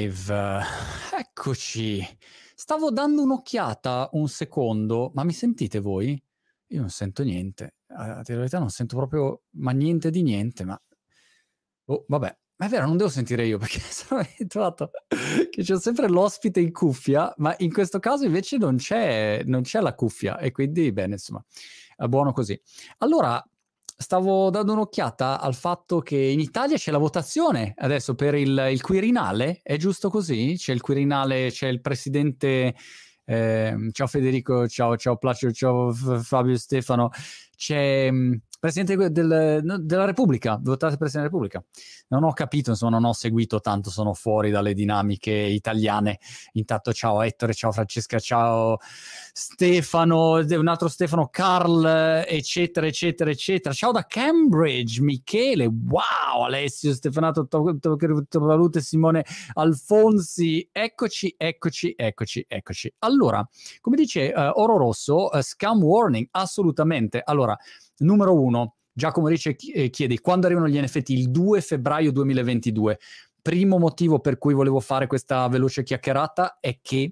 live. Eccoci. Stavo dando un'occhiata un secondo, ma mi sentite voi? Io non sento niente. A dire la verità non sento proprio, ma niente di niente, ma... Oh, vabbè. Ma è vero, non devo sentire io, perché sono abituato che c'ho sempre l'ospite in cuffia, ma in questo caso invece non c'è la cuffia, e quindi, bene, insomma, è buono così. Allora, stavo dando un'occhiata al fatto che in Italia c'è la votazione adesso per il Quirinale, è giusto così? C'è il Quirinale, c'è il presidente... ciao Federico, ciao Placido, ciao Fabio Stefano, c'è Presidente della Repubblica, votate Presidente della Repubblica. Non ho capito, insomma, non ho seguito tanto, sono fuori dalle dinamiche italiane. Intanto ciao Ettore, ciao Francesca, ciao Stefano, un altro Stefano, Carl, eccetera, eccetera, eccetera. Ciao da Cambridge, Michele, wow, Alessio, Stefanato, Valute, Simone Alfonsi, eccoci. Allora, come dice Oro Rosso, scam warning, assolutamente. Allora, numero 1, Giacomo Ricci chiede quando arrivano gli NFT? Il 2 febbraio 2022. Primo motivo per cui volevo fare questa veloce chiacchierata è che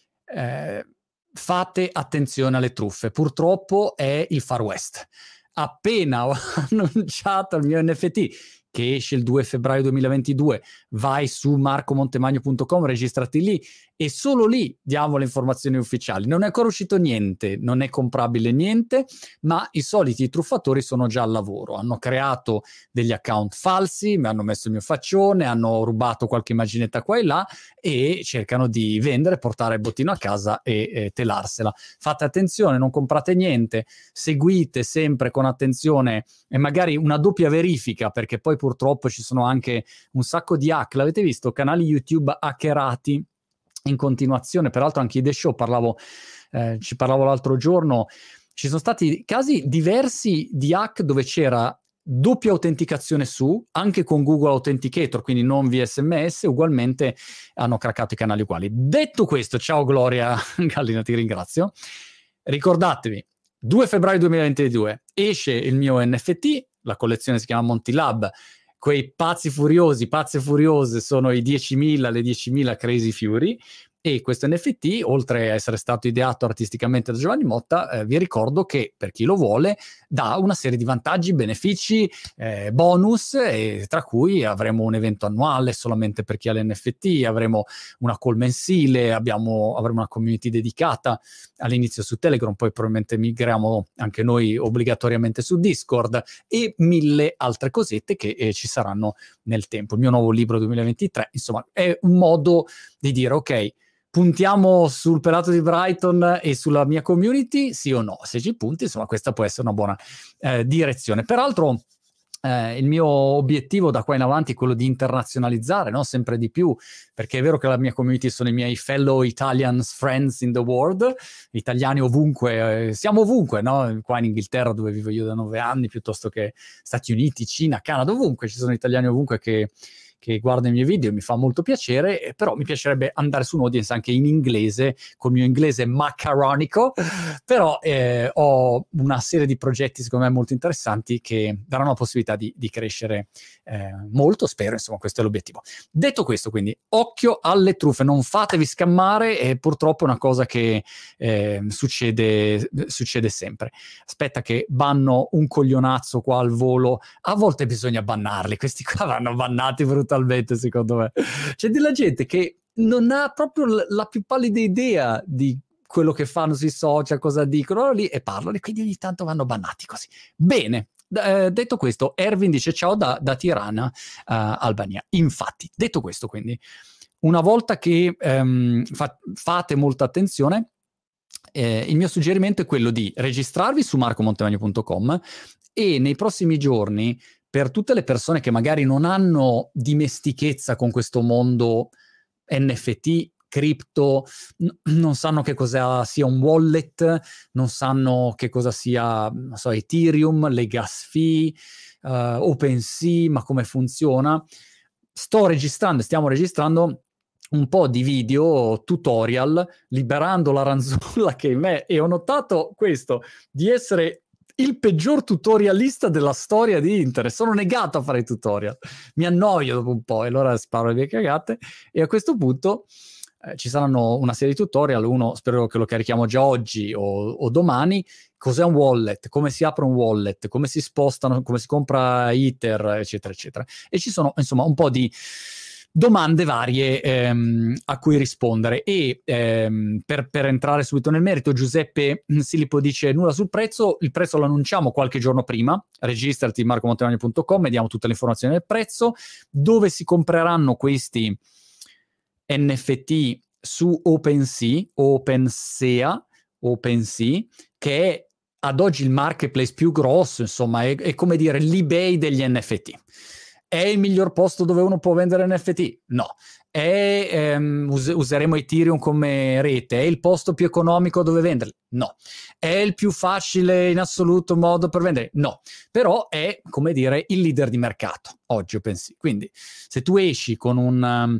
fate attenzione alle truffe. Purtroppo è il Far West. Appena ho annunciato il mio NFT che esce il 2 febbraio 2022, vai su marcomontemagno.com, registrati lì e solo lì diamo le informazioni ufficiali. Non è ancora uscito niente, non è comprabile niente, ma i soliti truffatori sono già al lavoro. Hanno creato degli account falsi, mi hanno messo il mio faccione, hanno rubato qualche immaginetta qua e là e cercano di vendere, portare il bottino a casa e telarsela. Fate attenzione, non comprate niente, seguite sempre con attenzione e magari una doppia verifica, perché poi purtroppo ci sono anche un sacco di hack. L'avete visto? Canali YouTube hackerati in continuazione. Peraltro anche in The Show ci parlavo l'altro giorno. Ci sono stati casi diversi di hack dove c'era doppia autenticazione anche con Google Authenticator, quindi non via SMS, ugualmente hanno craccato i canali uguali. Detto questo, ciao Gloria Gallina, ti ringrazio. Ricordatevi, 2 febbraio 2022 esce il mio NFT, la collezione si chiama Monty Lab. Quei pazzi furiosi, pazze furiose sono i 10.000, le 10.000 Crazy Fury, e questo NFT, oltre a essere stato ideato artisticamente da Giovanni Motta, vi ricordo che per chi lo vuole dà una serie di vantaggi, benefici, bonus, e tra cui avremo un evento annuale solamente per chi ha l'NFT, avremo una call mensile, avremo una community dedicata all'inizio su Telegram, poi probabilmente migriamo anche noi obbligatoriamente su Discord e 1000 altre cosette che ci saranno nel tempo. Il mio nuovo libro 2023, insomma, è un modo di dire ok, puntiamo sul pelato di Brighton e sulla mia community, sì o no? Se ci punti, insomma, questa può essere una buona direzione. Peraltro, il mio obiettivo da qua in avanti è quello di internazionalizzare, no? Sempre di più, perché è vero che la mia community sono i miei fellow Italian friends in the world, italiani ovunque, siamo ovunque, no? Qua in Inghilterra, dove vivo io da 9 anni, piuttosto che Stati Uniti, Cina, Canada, ovunque, ci sono italiani ovunque che guarda i miei video, mi fa molto piacere, però mi piacerebbe andare su un audience anche in inglese, col mio inglese macaronico, però ho una serie di progetti secondo me molto interessanti che daranno la possibilità di crescere molto, spero, insomma questo è l'obiettivo. Detto questo, quindi, occhio alle truffe, non fatevi scammare, e purtroppo è una cosa che succede sempre. Aspetta che banno un coglionazzo qua al volo, a volte bisogna bannarli, questi qua vanno bannati brutalmente secondo me. C'è della gente che non ha proprio la più pallida idea di quello che fanno sui social, cosa dicono lì e parlano, e quindi ogni tanto vanno bannati così. Bene, detto questo, Erwin dice ciao da Tirana, Albania. Infatti, detto questo, quindi, una volta che fate molta attenzione, il mio suggerimento è quello di registrarvi su marcomontemagno.com e nei prossimi giorni, per tutte le persone che magari non hanno dimestichezza con questo mondo NFT, cripto, non sanno che cosa sia un wallet, non sanno che cosa sia, non so, Ethereum, le gas fee, OpenSea, ma come funziona, stiamo registrando un po' di video tutorial liberando la ranzulla che in me, e ho notato questo, di essere il peggior tutorialista della storia di internet. Sono negato a fare i tutorial, mi annoio dopo un po' e allora sparo le mie cagate. E a questo punto ci saranno una serie di tutorial, uno spero che lo carichiamo già oggi o domani. Cos'è un wallet, come si apre un wallet, come si spostano, come si compra Ether, eccetera, eccetera. E ci sono, insomma, un po' di domande varie a cui rispondere. E per entrare subito nel merito, Giuseppe Silipo dice: nulla sul prezzo, il prezzo lo annunciamo qualche giorno prima, registrati marcomontemagno.com, vediamo tutte le informazioni del prezzo, dove si compreranno questi NFT su OpenSea, che è ad oggi il marketplace più grosso, insomma, è come dire l'eBay degli NFT. È il miglior posto dove uno può vendere NFT? No. Useremo Ethereum come rete? È il posto più economico dove venderli? No. È il più facile in assoluto modo per vendere? No. Però è, come dire, il leader di mercato oggi, OpenSea. Quindi se tu esci con un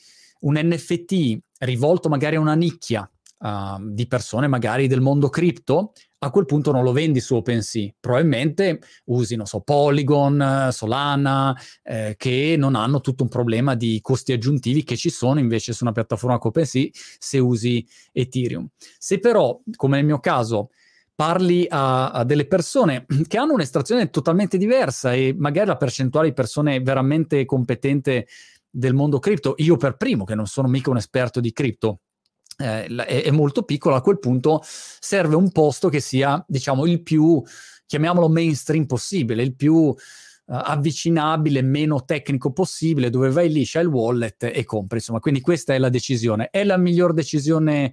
NFT rivolto magari a una nicchia di persone magari del mondo cripto, a quel punto non lo vendi su OpenSea, probabilmente usi, non so, Polygon, Solana, che non hanno tutto un problema di costi aggiuntivi che ci sono invece su una piattaforma come OpenSea se usi Ethereum. Se però, come nel mio caso, parli a delle persone che hanno un'estrazione totalmente diversa e magari la percentuale di persone veramente competente del mondo cripto, io per primo, che non sono mica un esperto di cripto, è molto piccolo, a quel punto serve un posto che sia, diciamo, il più, chiamiamolo mainstream possibile, il più avvicinabile, meno tecnico possibile, dove vai lì, c'hai il wallet e compri, insomma. Quindi questa è la decisione. È la miglior decisione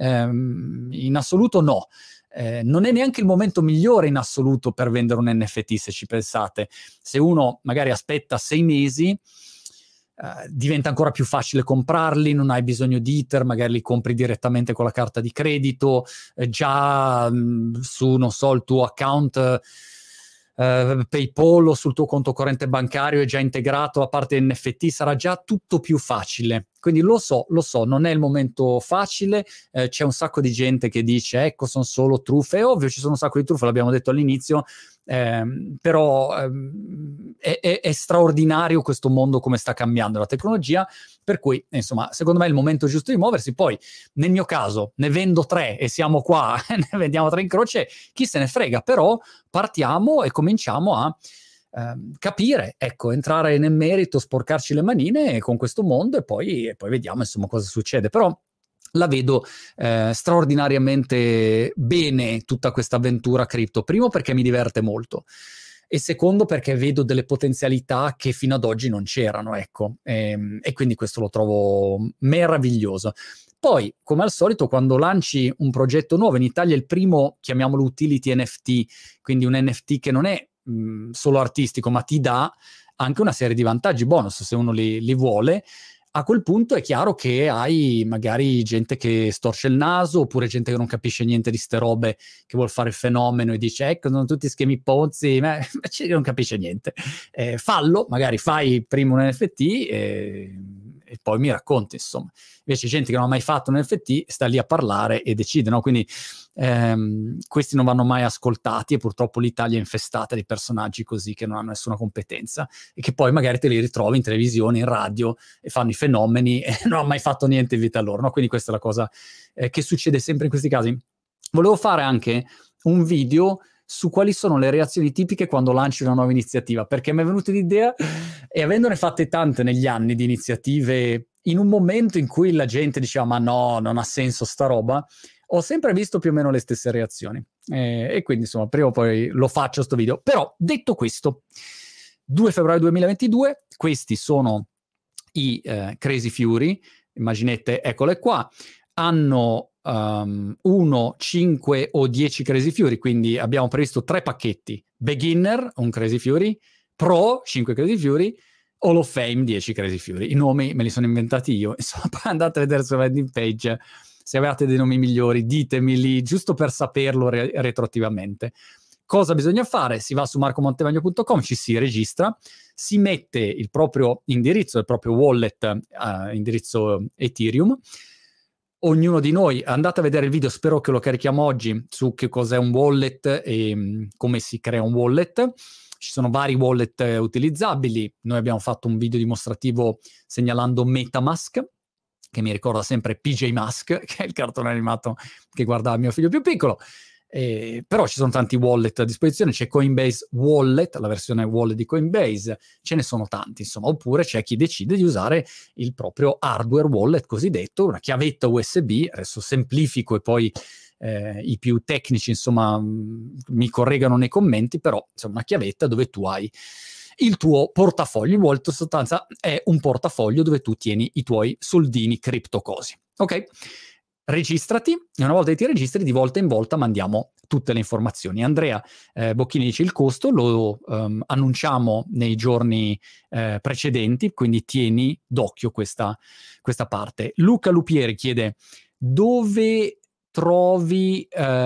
in assoluto? No. Non è neanche il momento migliore in assoluto per vendere un NFT, se ci pensate. Se uno magari aspetta 6 mesi, diventa ancora più facile comprarli, non hai bisogno di Ether, magari li compri direttamente con la carta di credito, già su, non so, il tuo account PayPal o sul tuo conto corrente bancario è già integrato la parte NFT, sarà già tutto più facile. Quindi lo so, non è il momento facile, c'è un sacco di gente che dice ecco, sono solo truffe. È ovvio, ci sono un sacco di truffe, l'abbiamo detto all'inizio, però è straordinario questo mondo come sta cambiando la tecnologia, per cui insomma secondo me è il momento giusto di muoversi. Poi nel mio caso ne vendo 3 e siamo qua ne vendiamo 3 in croce, chi se ne frega, però partiamo e cominciamo a capire, ecco, entrare nel merito, sporcarci le manine con questo mondo e poi vediamo insomma cosa succede. Però la vedo straordinariamente bene tutta questa avventura cripto, primo perché mi diverte molto e secondo perché vedo delle potenzialità che fino ad oggi non c'erano, ecco, e quindi questo lo trovo meraviglioso. Poi, come al solito, quando lanci un progetto nuovo, in Italia il primo, chiamiamolo utility NFT, quindi un NFT che non è solo artistico, ma ti dà anche una serie di vantaggi bonus se uno li vuole. A quel punto è chiaro che hai magari gente che storce il naso, oppure gente che non capisce niente di ste robe, che vuol fare il fenomeno e dice ecco, sono tutti schemi Ponzi, ma non capisce niente. Fallo, magari fai prima un NFT e poi mi racconti, insomma. Invece gente che non ha mai fatto un NFT sta lì a parlare e decide, no? Quindi questi non vanno mai ascoltati e purtroppo l'Italia è infestata di personaggi così che non hanno nessuna competenza e che poi magari te li ritrovi in televisione, in radio e fanno i fenomeni e non hanno mai fatto niente in vita loro, no? Quindi questa è la cosa che succede sempre in questi casi. Volevo fare anche un video su quali sono le reazioni tipiche quando lanci una nuova iniziativa, perché mi è venuta l'idea, e avendone fatte tante negli anni di iniziative, in un momento in cui la gente diceva ma no, non ha senso sta roba, ho sempre visto più o meno le stesse reazioni, e quindi insomma prima o poi lo faccio sto video. Però detto questo, 2 febbraio 2022, questi sono i Crazy Fury, immaginate, eccole qua, hanno 1, 5 o 10 Crazy Fury, quindi abbiamo previsto 3 pacchetti: Beginner, un Crazy Fury, Pro, 5 Crazy Fury, Hall of Fame, 10 Crazy Fury. I nomi me li sono inventati io, insomma, poi andate a vedere sulla landing page, se avete dei nomi migliori ditemeli, giusto per saperlo retroattivamente. Cosa bisogna fare? Si va su marcomontemagno.com, ci si registra, si mette il proprio indirizzo, il proprio wallet, indirizzo Ethereum, ognuno di noi. Andate a vedere il video, spero che lo carichiamo oggi, su che cos'è un wallet e come si crea un wallet. Ci sono vari wallet utilizzabili. Noi abbiamo fatto un video dimostrativo segnalando MetaMask, che mi ricorda sempre PJ Mask, che è il cartone animato che guardava mio figlio più piccolo. Però ci sono tanti wallet a disposizione, c'è Coinbase Wallet, la versione wallet di Coinbase, ce ne sono tanti, insomma, oppure c'è chi decide di usare il proprio hardware wallet cosiddetto, una chiavetta USB, adesso semplifico e poi i più tecnici, insomma, mi correggano nei commenti, però insomma una chiavetta dove tu hai il tuo portafoglio. Il wallet in sostanza è un portafoglio dove tu tieni i tuoi soldini criptocosi, ok? Registrati, e una volta che ti registri, di volta in volta mandiamo tutte le informazioni. Andrea Bocchini dice il costo lo annunciamo nei giorni precedenti, quindi tieni d'occhio questa parte. Luca Lupieri chiede dove trovi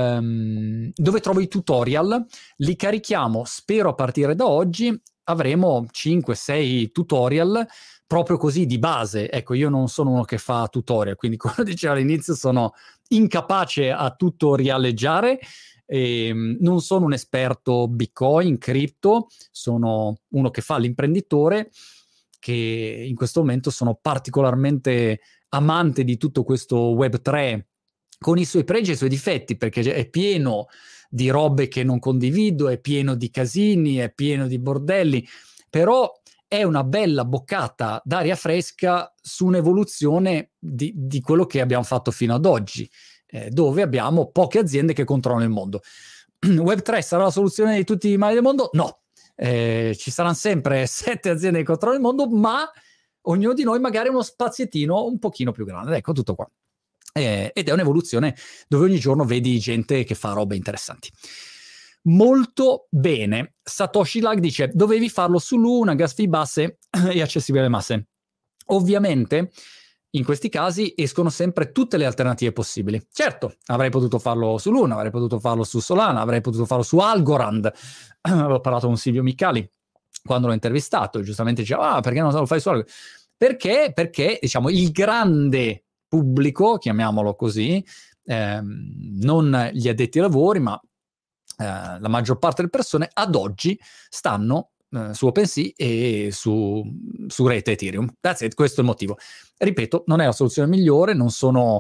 i tutorial. Li carichiamo, spero, a partire da oggi. Avremo 5-6 tutorial proprio così di base. Ecco, io non sono uno che fa tutorial, quindi come dicevo all'inizio sono incapace a tutorialeggiare, non sono un esperto Bitcoin, cripto, sono uno che fa l'imprenditore, che in questo momento sono particolarmente amante di tutto questo Web3 con i suoi pregi e i suoi difetti, perché è pieno di robe che non condivido, è pieno di casini, è pieno di bordelli, però è una bella boccata d'aria fresca su un'evoluzione di quello che abbiamo fatto fino ad oggi, dove abbiamo poche aziende che controllano il mondo. Web3 sarà la soluzione di tutti i mali del mondo? No. Ci saranno sempre 7 aziende che controllano il mondo, ma ognuno di noi magari uno spaziettino un pochino più grande. Ecco, tutto qua. Ed è un'evoluzione dove ogni giorno vedi gente che fa robe interessanti. Molto bene. Satoshi Lag dice dovevi farlo su Luna, gas fee basse e accessibile alle masse. Ovviamente in questi casi escono sempre tutte le alternative possibili. Certo, avrei potuto farlo su Luna, avrei potuto farlo su Solana, avrei potuto farlo su Algorand. Avevo parlato con Silvio Micali quando l'ho intervistato, giustamente diceva perché non lo fai su Algorand? Perché diciamo il grande pubblico, chiamiamolo così, non gli addetti ai lavori, ma la maggior parte delle persone ad oggi stanno su OpenSea e su rete Ethereum. That's it, questo è il motivo. Ripeto, non è la soluzione migliore, non sono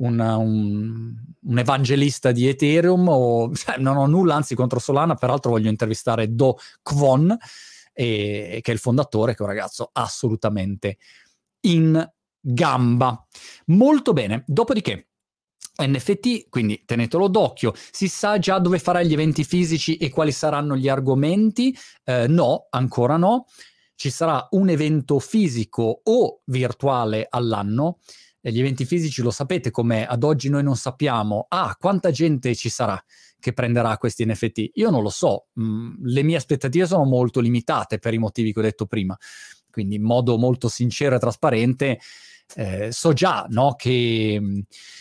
un evangelista di Ethereum, non ho nulla, anzi, contro Solana. Peraltro voglio intervistare Do Kwon, che è il fondatore, che è un ragazzo assolutamente in gamba. Molto bene, dopodiché NFT, quindi tenetelo d'occhio. Si sa già dove farai gli eventi fisici e quali saranno gli argomenti? No, ancora no. Ci sarà un evento fisico o virtuale all'anno. Gli eventi fisici lo sapete com'è, ad oggi noi non sappiamo quanta gente ci sarà che prenderà questi NFT. Io non lo so, le mie aspettative sono molto limitate per i motivi che ho detto prima, quindi in modo molto sincero e trasparente so già, no, che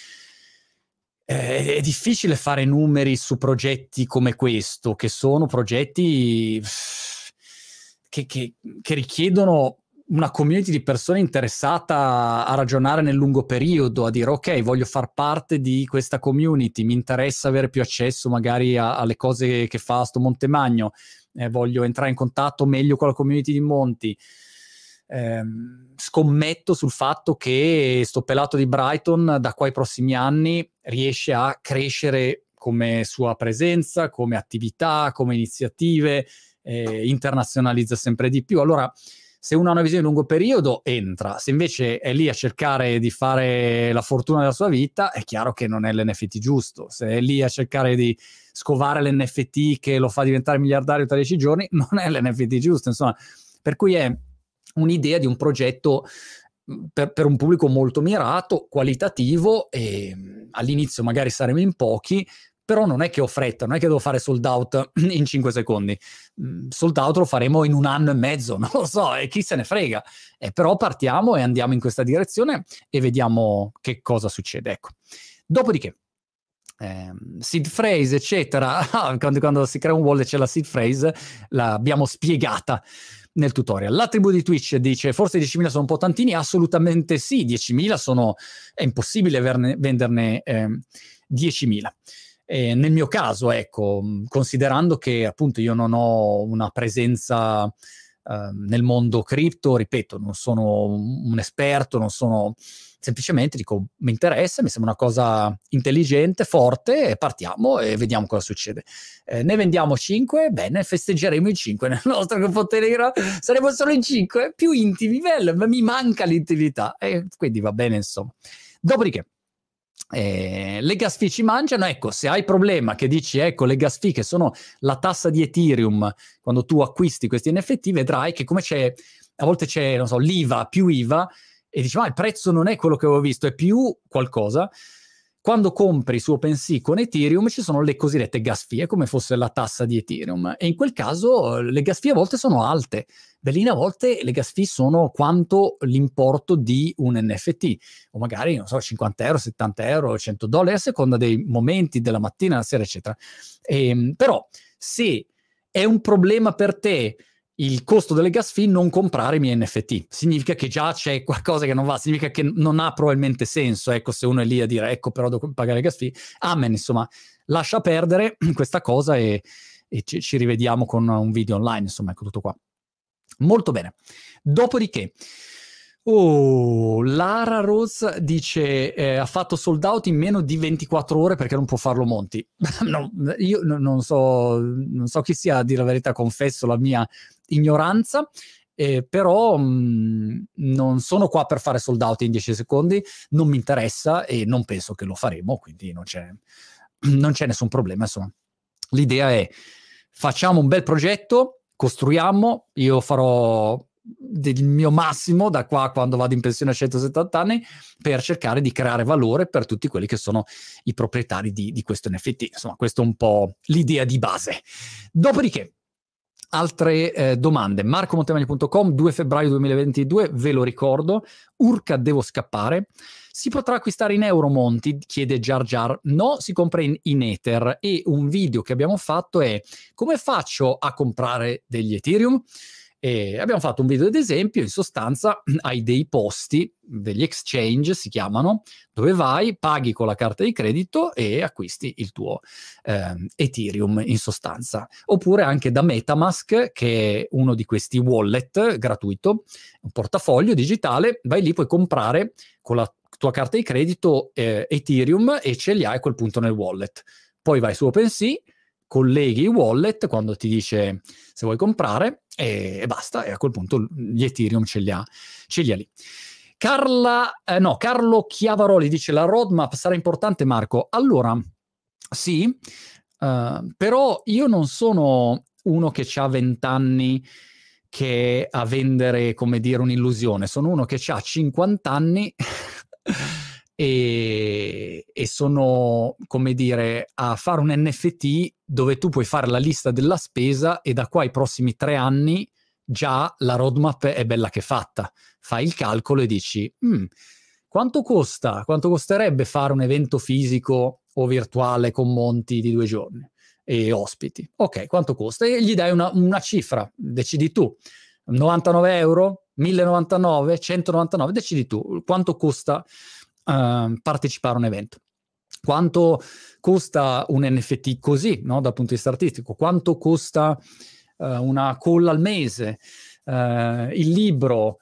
è difficile fare numeri su progetti come questo, che sono progetti che richiedono una community di persone interessata a ragionare nel lungo periodo, a dire ok, voglio far parte di questa community, mi interessa avere più accesso magari alle cose che fa sto Montemagno, voglio entrare in contatto meglio con la community di Monti. Scommetto sul fatto che sto pelato di Brighton da qua ai prossimi anni riesce a crescere come sua presenza, come attività, come iniziative, internazionalizza sempre di più. Allora, se uno ha una visione di lungo periodo, entra. Se invece è lì a cercare di fare la fortuna della sua vita, è chiaro che non è l'NFT giusto. Se è lì a cercare di scovare l'NFT che lo fa diventare miliardario tra 10 giorni, non è l'NFT giusto. Insomma, per cui è un'idea di un progetto per un pubblico molto mirato, qualitativo, e all'inizio magari saremo in pochi, però non è che ho fretta, non è che devo fare sold out in 5 secondi. Sold out lo faremo in 1 anno e mezzo, non lo so, e chi se ne frega. Però partiamo e andiamo in questa direzione e vediamo che cosa succede. Ecco. Dopodiché, seed phrase, eccetera. Quando si crea un wallet c'è la seed phrase, l'abbiamo spiegata nel tutorial. La tribù di Twitch dice forse 10.000 sono un po' tantini, assolutamente sì, 10.000 è impossibile venderne 10.000. Nel mio caso, ecco, considerando che appunto io non ho una presenza nel mondo cripto, ripeto, non sono un esperto, non sono... semplicemente dico, mi interessa, mi sembra una cosa intelligente, forte, e partiamo e vediamo cosa succede. Ne vendiamo 5, bene, festeggeremo i 5 nel nostro gruppo Telegram, saremo solo in 5, più intimi, bello, ma mi manca l'intimità, e quindi va bene, insomma. Dopodiché, le gas fee ci mangiano, ecco, se hai problema che dici, ecco, le gas fee che sono la tassa di Ethereum, quando tu acquisti questi NFT, vedrai che come c'è, a volte c'è, non so, l'IVA più IVA, e dici, ma il prezzo non è quello che avevo visto, è più qualcosa. Quando compri su OpenSea con Ethereum ci sono le cosiddette gas fee, come fosse la tassa di Ethereum, e in quel caso le gas fee a volte sono alte. Bellina, a volte le gas fee sono quanto l'importo di un NFT, o magari, non so, 50 euro, 70 euro, 100 dollari, a seconda dei momenti della mattina, la sera, eccetera. Però, se è un problema per te il costo delle gas fee, non comprare i miei NFT. Significa che già c'è qualcosa che non va, significa che non ha probabilmente senso, ecco, se uno è lì a dire, ecco, però devo pagare le gas fee. Amen, insomma, lascia perdere questa cosa e ci rivediamo con un video online, insomma, ecco, tutto qua. Molto bene. Dopodiché, Lara Rose dice ha fatto sold out in meno di 24 ore perché non può farlo Monti. No, io non so chi sia, a dire la verità, confesso la mia ignoranza, però non sono qua per fare sold out in 10 secondi, non mi interessa e non penso che lo faremo, quindi non c'è nessun problema, insomma. L'idea è facciamo un bel progetto, costruiamo, io farò del mio massimo da qua a quando vado in pensione a 170 anni per cercare di creare valore per tutti quelli che sono i proprietari di questo NFT. Insomma, questo è un po' l'idea di base. Dopodiché, altre domande. marcomontemagno.com, 2 febbraio 2022, ve lo ricordo. Urca, devo scappare. Si potrà acquistare in euro, Monti? Chiede Jar Jar. No, si compra in Ether. E un video che abbiamo fatto è come faccio a comprare degli Ethereum? E abbiamo fatto un video ad esempio, in sostanza hai dei posti, degli exchange si chiamano, dove vai, paghi con la carta di credito e acquisti il tuo Ethereum in sostanza. Oppure anche da MetaMask, che è uno di questi wallet gratuito, un portafoglio digitale, vai lì, puoi comprare con la tua carta di credito Ethereum e ce li hai a quel punto nel wallet. Poi vai su OpenSea, colleghi il wallet quando ti dice se vuoi comprare e basta, e a quel punto gli Ethereum ce li ha lì. Carlo Chiavaroli dice la roadmap sarà importante, Marco. Allora, sì, però io non sono uno che ha 20 anni che è a vendere, come dire, un'illusione. Sono uno che ha 50 anni e sono, come dire, a fare un NFT dove tu puoi fare la lista della spesa e da qua ai prossimi 3 anni già la roadmap è bella che fatta. Fai il calcolo e dici quanto costa? Quanto costerebbe fare un evento fisico o virtuale con Monti di 2 giorni e ospiti? Ok, quanto costa? E gli dai una cifra, decidi tu. 99 euro? 1099? 199? Decidi tu. Quanto costa partecipare a un evento? Quanto costa un NFT così, no? Dal punto di vista artistico? Quanto costa una call al mese? Il libro?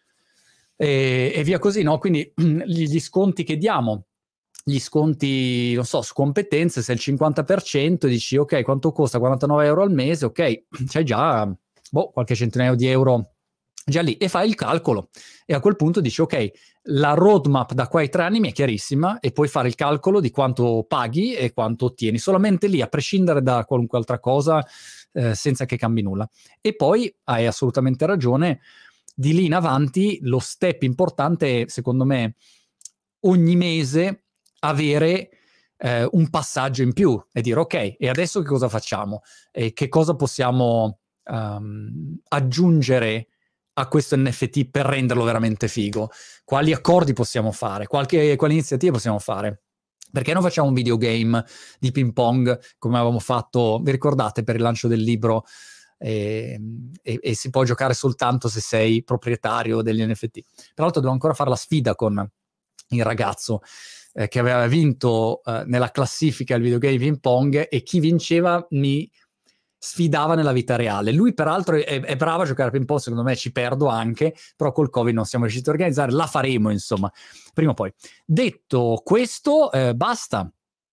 E via così, no? Quindi gli sconti che diamo, gli sconti, non so, su competenze, se è il 50%, dici ok, quanto costa? 49 euro al mese, ok, c'hai già qualche centinaio di euro già lì e fai il calcolo e a quel punto dici ok, la roadmap da qua ai 3 anni mi è chiarissima e puoi fare il calcolo di quanto paghi e quanto ottieni, solamente lì, a prescindere da qualunque altra cosa, senza che cambi nulla. E poi hai assolutamente ragione, di lì in avanti lo step importante è, secondo me, ogni mese avere un passaggio in più e dire ok, e adesso che cosa facciamo? E che cosa possiamo aggiungere a questo NFT per renderlo veramente figo? Quali accordi possiamo fare? Quali iniziative possiamo fare? Perché non facciamo un videogame di ping pong come avevamo fatto, vi ricordate, per il lancio del libro e si può giocare soltanto se sei proprietario degli NFT. Tra l'altro devo ancora fare la sfida con il ragazzo che aveva vinto nella classifica il videogame ping pong, e chi vinceva mi sfidava nella vita reale. Lui peraltro è bravo a giocare a ping pong, secondo me ci perdo anche, però col Covid non siamo riusciti a organizzare, la faremo insomma, prima o poi. Detto questo, basta.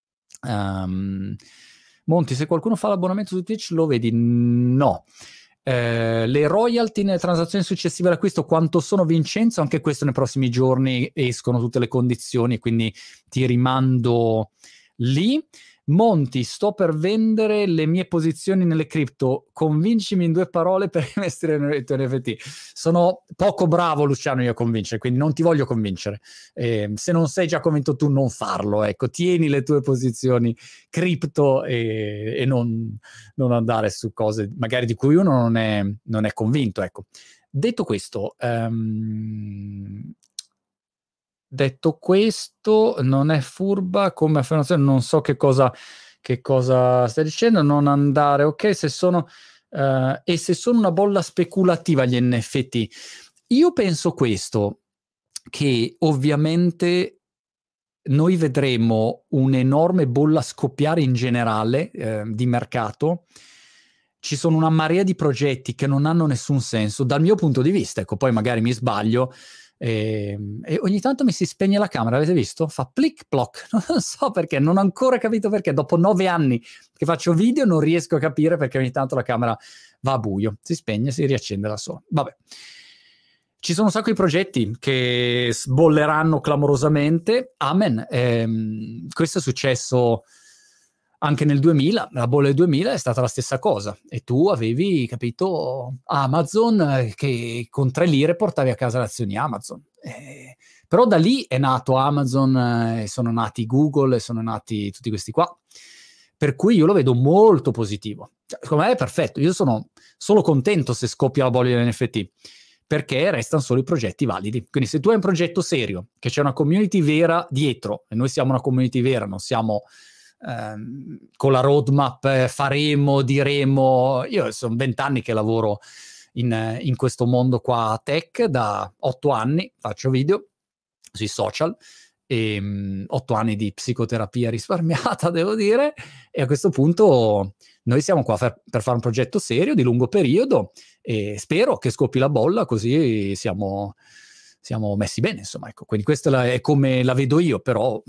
Monti, se qualcuno fa l'abbonamento su Twitch lo vedi? No. Le royalty nelle transazioni successive all'acquisto quanto sono, Vincenzo? Anche questo nei prossimi giorni escono tutte le condizioni, quindi ti rimando lì. Monti, sto per vendere le mie posizioni nelle cripto, convincimi in 2 parole per investire nei tuoi NFT. Sono poco bravo, Luciano, io a convincere, quindi non ti voglio convincere. Se non sei già convinto tu, non farlo, ecco, tieni le tue posizioni cripto e non andare su cose magari di cui uno non è convinto, ecco. Detto questo, non è furba come affermazione, non so che cosa stai dicendo, non andare, ok, se sono una bolla speculativa gli NFT. Io penso questo, che ovviamente noi vedremo un'enorme bolla scoppiare in generale di mercato. Ci sono una marea di progetti che non hanno nessun senso dal mio punto di vista, ecco, poi magari mi sbaglio. E ogni tanto mi si spegne la camera, avete visto? Fa plic ploc, non so perché, non ho ancora capito perché, dopo 9 anni che faccio video non riesco a capire perché ogni tanto la camera va a buio, si spegne, si riaccende da sola. Vabbè, ci sono un sacco di progetti che sbolleranno clamorosamente, amen. Questo è successo anche nel 2000, la bolla del 2000 è stata la stessa cosa, e tu avevi, capito, Amazon che con 3 lire portavi a casa le azioni Amazon. Però da lì è nato Amazon, sono nati Google, e sono nati tutti questi qua. Per cui io lo vedo molto positivo. Cioè, secondo me è perfetto, io sono solo contento se scoppia la bolla dell'NFT, perché restano solo i progetti validi. Quindi se tu hai un progetto serio, che c'è una community vera dietro, e noi siamo una community vera, non siamo con la roadmap faremo, diremo. Io sono 20 anni che lavoro in questo mondo qua tech, da 8 anni faccio video sui social, e 8 anni di psicoterapia risparmiata, devo dire, e a questo punto noi siamo qua per fare un progetto serio di lungo periodo, e spero che scoppi la bolla, così siamo messi bene, insomma, ecco. Quindi questa è come la vedo io, però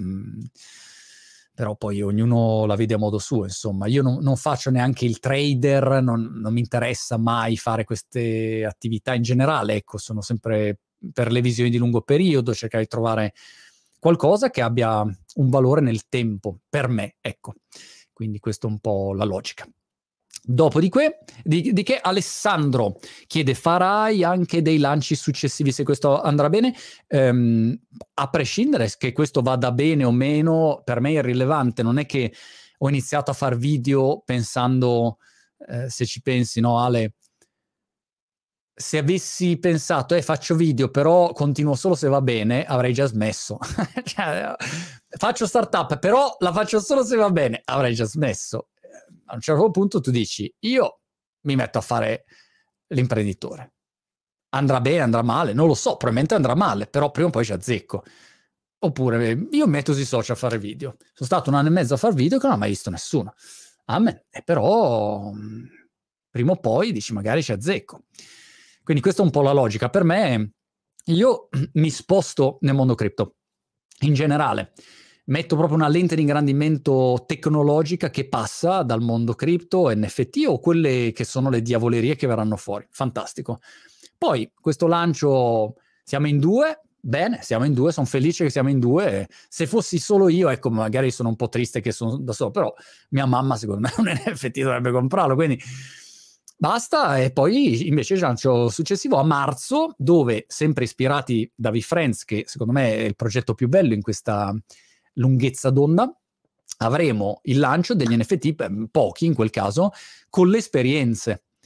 poi ognuno la vede a modo suo, insomma. Io non faccio neanche il trader, non mi interessa mai fare queste attività in generale, ecco, sono sempre per le visioni di lungo periodo, cercare di trovare qualcosa che abbia un valore nel tempo, per me, ecco. Quindi questa è un po' la logica. Dopodiché, di che Alessandro chiede: farai anche dei lanci successivi se questo andrà bene? A prescindere che questo vada bene o meno, per me è irrilevante. Non è che ho iniziato a far video pensando, se ci pensi, no Ale? Se avessi pensato, faccio video, però continuo solo se va bene, avrei già smesso. Cioè, faccio startup, però la faccio solo se va bene, avrei già smesso. A un certo punto tu dici: io mi metto a fare l'imprenditore. Andrà bene, andrà male, non lo so, probabilmente andrà male, però prima o poi ci azzecco. Oppure io metto sui social a fare video. Sono stato 1 anno e mezzo a fare video che non ha mai visto nessuno. Amen. E però prima o poi dici magari ci azzecco. Quindi questa è un po' la logica. Per me, io mi sposto nel mondo cripto. In generale, metto proprio una lente di ingrandimento tecnologica che passa dal mondo cripto, NFT o quelle che sono le diavolerie che verranno fuori. Fantastico. Poi, questo lancio, siamo in 2, bene, siamo in 2, sono felice che siamo in 2. Se fossi solo io, ecco, magari sono un po' triste che sono da solo, però mia mamma, secondo me, un NFT dovrebbe comprarlo, quindi basta. E poi invece il lancio successivo a marzo, dove, sempre ispirati da VeeFriends, che secondo me è il progetto più bello in questa lunghezza d'onda, avremo il lancio degli NFT, pochi in quel caso, con le esperienze.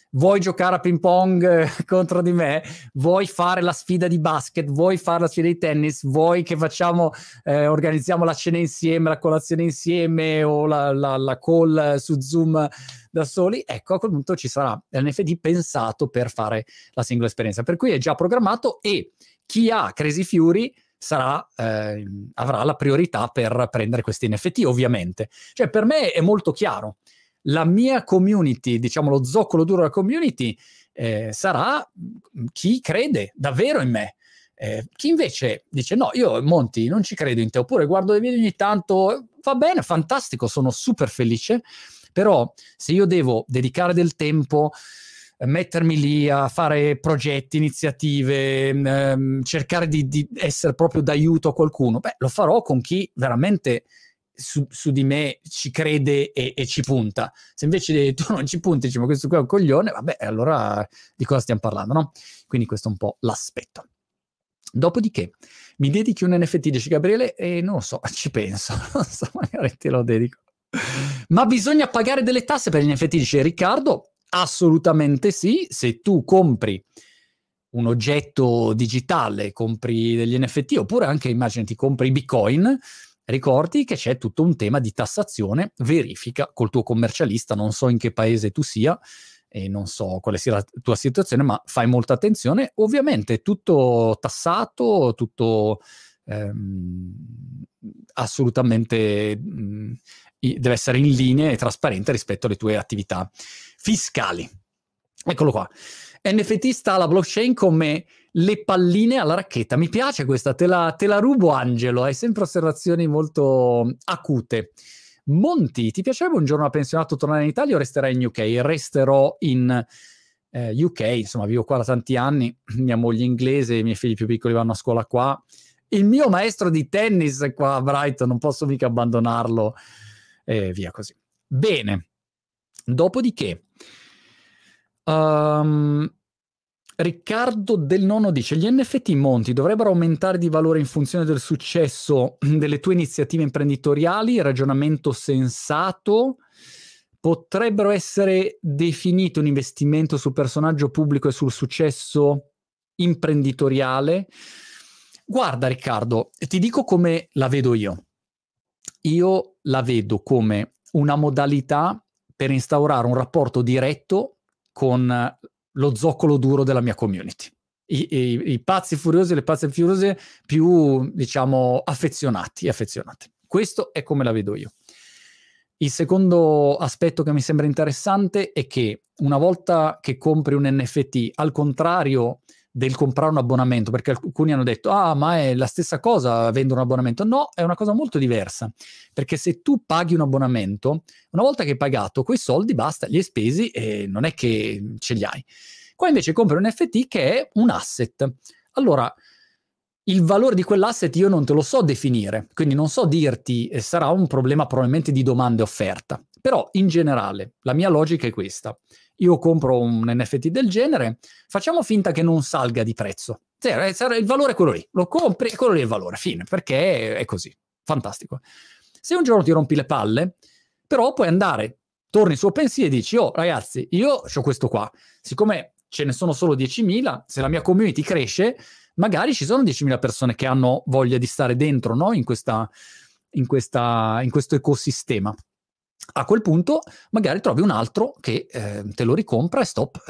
vuoi giocare a ping pong contro di me? Vuoi fare la sfida di basket? Vuoi fare la sfida di tennis? Vuoi che facciamo, organizziamo la cena insieme, la colazione insieme o la call su Zoom da soli? Ecco, a quel punto ci sarà l'NFT pensato per fare la singola esperienza, per cui è già programmato, e chi ha Crazy Fury avrà la priorità per prendere questi NFT, ovviamente. Cioè, per me è molto chiaro. La mia community, diciamo lo zoccolo duro della community, sarà chi crede davvero in me. Chi invece dice no, io Monti non ci credo in te, oppure guardo dei video ogni tanto, va bene, fantastico, sono super felice, però se io devo dedicare del tempo, mettermi lì a fare progetti, iniziative, cercare di essere proprio d'aiuto a qualcuno, beh, lo farò con chi veramente su di me ci crede e ci punta. Se invece tu non ci punti, dici, ma questo qua è un coglione, vabbè, allora di cosa stiamo parlando, no? Quindi questo è un po' l'aspetto. Dopodiché mi dedichi un NFT, dice Gabriele, e non lo so, ci penso, non so, magari te lo dedico. Ma bisogna pagare delle tasse per gli NFT, dice Riccardo. Assolutamente sì. Se tu compri un oggetto digitale, compri degli NFT, oppure anche immaginati compri Bitcoin, ricordi che c'è tutto un tema di tassazione, verifica col tuo commercialista, non so in che paese tu sia e non so quale sia la tua situazione, ma fai molta attenzione. Ovviamente è tutto tassato, tutto assolutamente deve essere in linea e trasparente rispetto alle tue attività fiscali. Eccolo qua. NFT sta alla blockchain come le palline alla racchetta. Mi piace questa, te la rubo, Angelo. Hai sempre osservazioni molto acute. Monti, ti piacerebbe un giorno da pensionato tornare in Italia o resterai in UK? Resterò in UK, insomma, vivo qua da tanti anni. Mia moglie è inglese, i miei figli più piccoli vanno a scuola qua. Il mio maestro di tennis è qua a Brighton, non posso mica abbandonarlo e via così. Bene, dopodiché Riccardo Del Nono dice: gli NFT Monti dovrebbero aumentare di valore in funzione del successo delle tue iniziative imprenditoriali, ragionamento sensato, potrebbero essere definiti un investimento sul personaggio pubblico e sul successo imprenditoriale. Guarda Riccardo, ti dico come la vedo io. Io la vedo come una modalità per instaurare un rapporto diretto con lo zoccolo duro della mia community. I pazzi furiosi e le pazze furiose più, diciamo, affezionate. Questo è come la vedo io. Il secondo aspetto che mi sembra interessante è che una volta che compri un NFT, al contrario del comprare un abbonamento, perché alcuni hanno detto ma è la stessa cosa vendere un abbonamento. No, è una cosa molto diversa, perché se tu paghi un abbonamento, una volta che hai pagato quei soldi basta, li hai spesi e non è che ce li hai. Qua invece compri un NFT che è un asset. Allora, il valore di quell'asset io non te lo so definire, quindi non so dirti, sarà un problema probabilmente di domanda e offerta, però in generale la mia logica è questa: io compro un NFT del genere, facciamo finta che non salga di prezzo, il valore è quello lì, lo compri e quello lì è il valore, fine, perché è così, fantastico. Se un giorno ti rompi le palle, però puoi andare, torni su OpenSea e dici: oh ragazzi, io ho questo qua, siccome ce ne sono solo 10.000, se la mia community cresce, magari ci sono 10.000 persone che hanno voglia di stare dentro, no? in questo ecosistema. A quel punto magari trovi un altro che te lo ricompra e stop.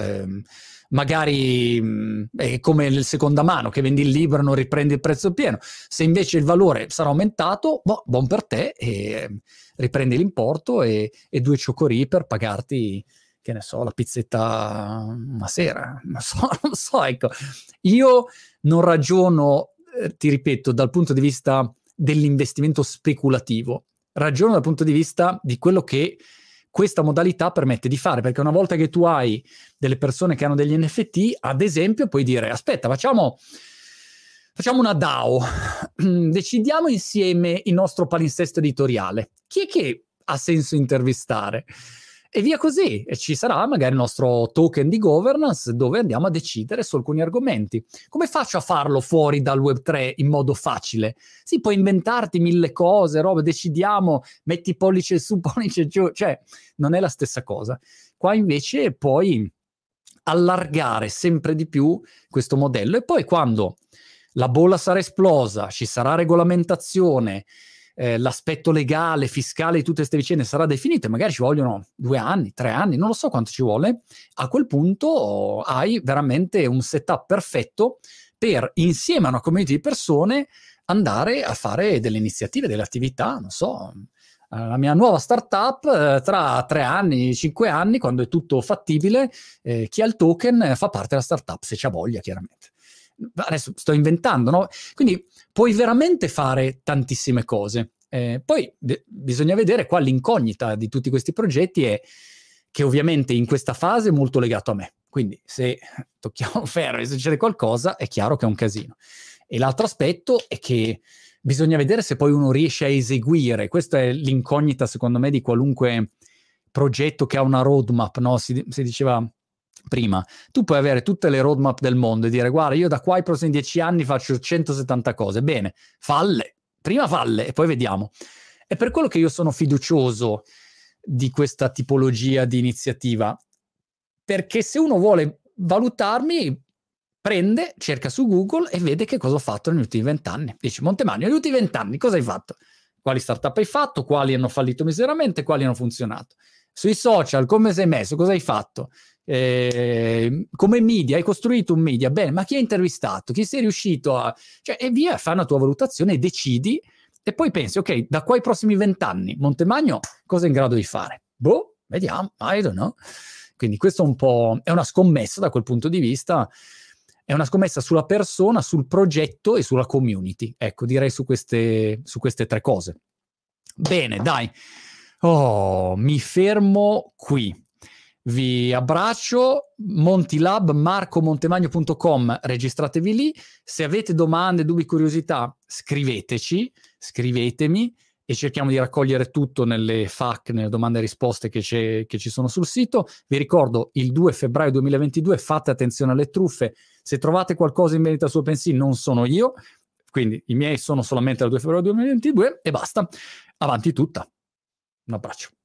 Magari è come il seconda mano, che vendi il libro e non riprendi il prezzo pieno. Se invece il valore sarà aumentato, buon per te, e riprendi l'importo e 2 cioccorì per pagarti, che ne so, la pizzetta una sera. Non so, ecco. Io non ragiono, ti ripeto, dal punto di vista dell'investimento speculativo, ragiono dal punto di vista di quello che questa modalità permette di fare, perché una volta che tu hai delle persone che hanno degli NFT, ad esempio, puoi dire: aspetta, facciamo una DAO, decidiamo insieme il nostro palinsesto editoriale, chi è che ha senso intervistare? E via così, e ci sarà magari il nostro token di governance dove andiamo a decidere su alcuni argomenti. Come faccio a farlo fuori dal Web3 in modo facile? Sì, puoi inventarti 1000 cose, robe, decidiamo, metti pollice su, pollice giù, cioè non è la stessa cosa. Qua invece puoi allargare sempre di più questo modello, e poi quando la bolla sarà esplosa, ci sarà regolamentazione, l'aspetto legale, fiscale di tutte queste vicende sarà definito, magari ci vogliono 2 anni, 3 anni, non lo so quanto ci vuole, a quel punto hai veramente un setup perfetto per, insieme a una community di persone, andare a fare delle iniziative, delle attività, non so, la mia nuova startup tra 3 anni, 5 anni, quando è tutto fattibile, chi ha il token fa parte della startup, se c'ha voglia, chiaramente. Adesso sto inventando, no? Quindi puoi veramente fare tantissime cose. Poi bisogna vedere qua l'incognita di tutti questi progetti è che ovviamente in questa fase è molto legato a me. Quindi se tocchiamo ferro e succede qualcosa, è chiaro che è un casino. E l'altro aspetto è che bisogna vedere se poi uno riesce a eseguire. Questa è l'incognita, secondo me, di qualunque progetto che ha una roadmap, no? Si diceva prima, tu puoi avere tutte le roadmap del mondo e dire guarda, io da qua ai prossimi 10 anni faccio 170 cose. Bene, prima falle e poi vediamo. È per quello che io sono fiducioso di questa tipologia di iniziativa, perché se uno vuole valutarmi, prende, cerca su Google e vede che cosa ho fatto negli ultimi 20 anni. Dice, Montemagno, negli ultimi 20 anni cosa hai fatto? Quali startup hai fatto? Quali hanno fallito miseramente? Quali hanno funzionato? Sui social, come sei messo? Cosa hai fatto? Come media, hai costruito un media? Bene, ma chi hai intervistato? Chi sei riuscito a... Cioè, e via, fai una tua valutazione e decidi, e poi pensi, ok, da qua ai prossimi 20 anni, Montemagno cosa è in grado di fare? Boh, vediamo, I don't know. Quindi questo è un po'... è una scommessa da quel punto di vista, è una scommessa sulla persona, sul progetto e sulla community. Ecco, direi su queste 3 cose. Bene, dai. Oh, mi fermo qui. Vi abbraccio. Montilab, marcomontemagno.com, registratevi lì. Se avete domande, dubbi, curiosità, scrivetemi e cerchiamo di raccogliere tutto nelle FAQ, nelle domande e risposte che ci sono sul sito. Vi ricordo, il 2 febbraio 2022, fate attenzione alle truffe. Se trovate qualcosa in vendita su OpenSea, non sono io, quindi i miei sono solamente dal 2 febbraio 2022 e basta. Avanti tutta. Un abbraccio.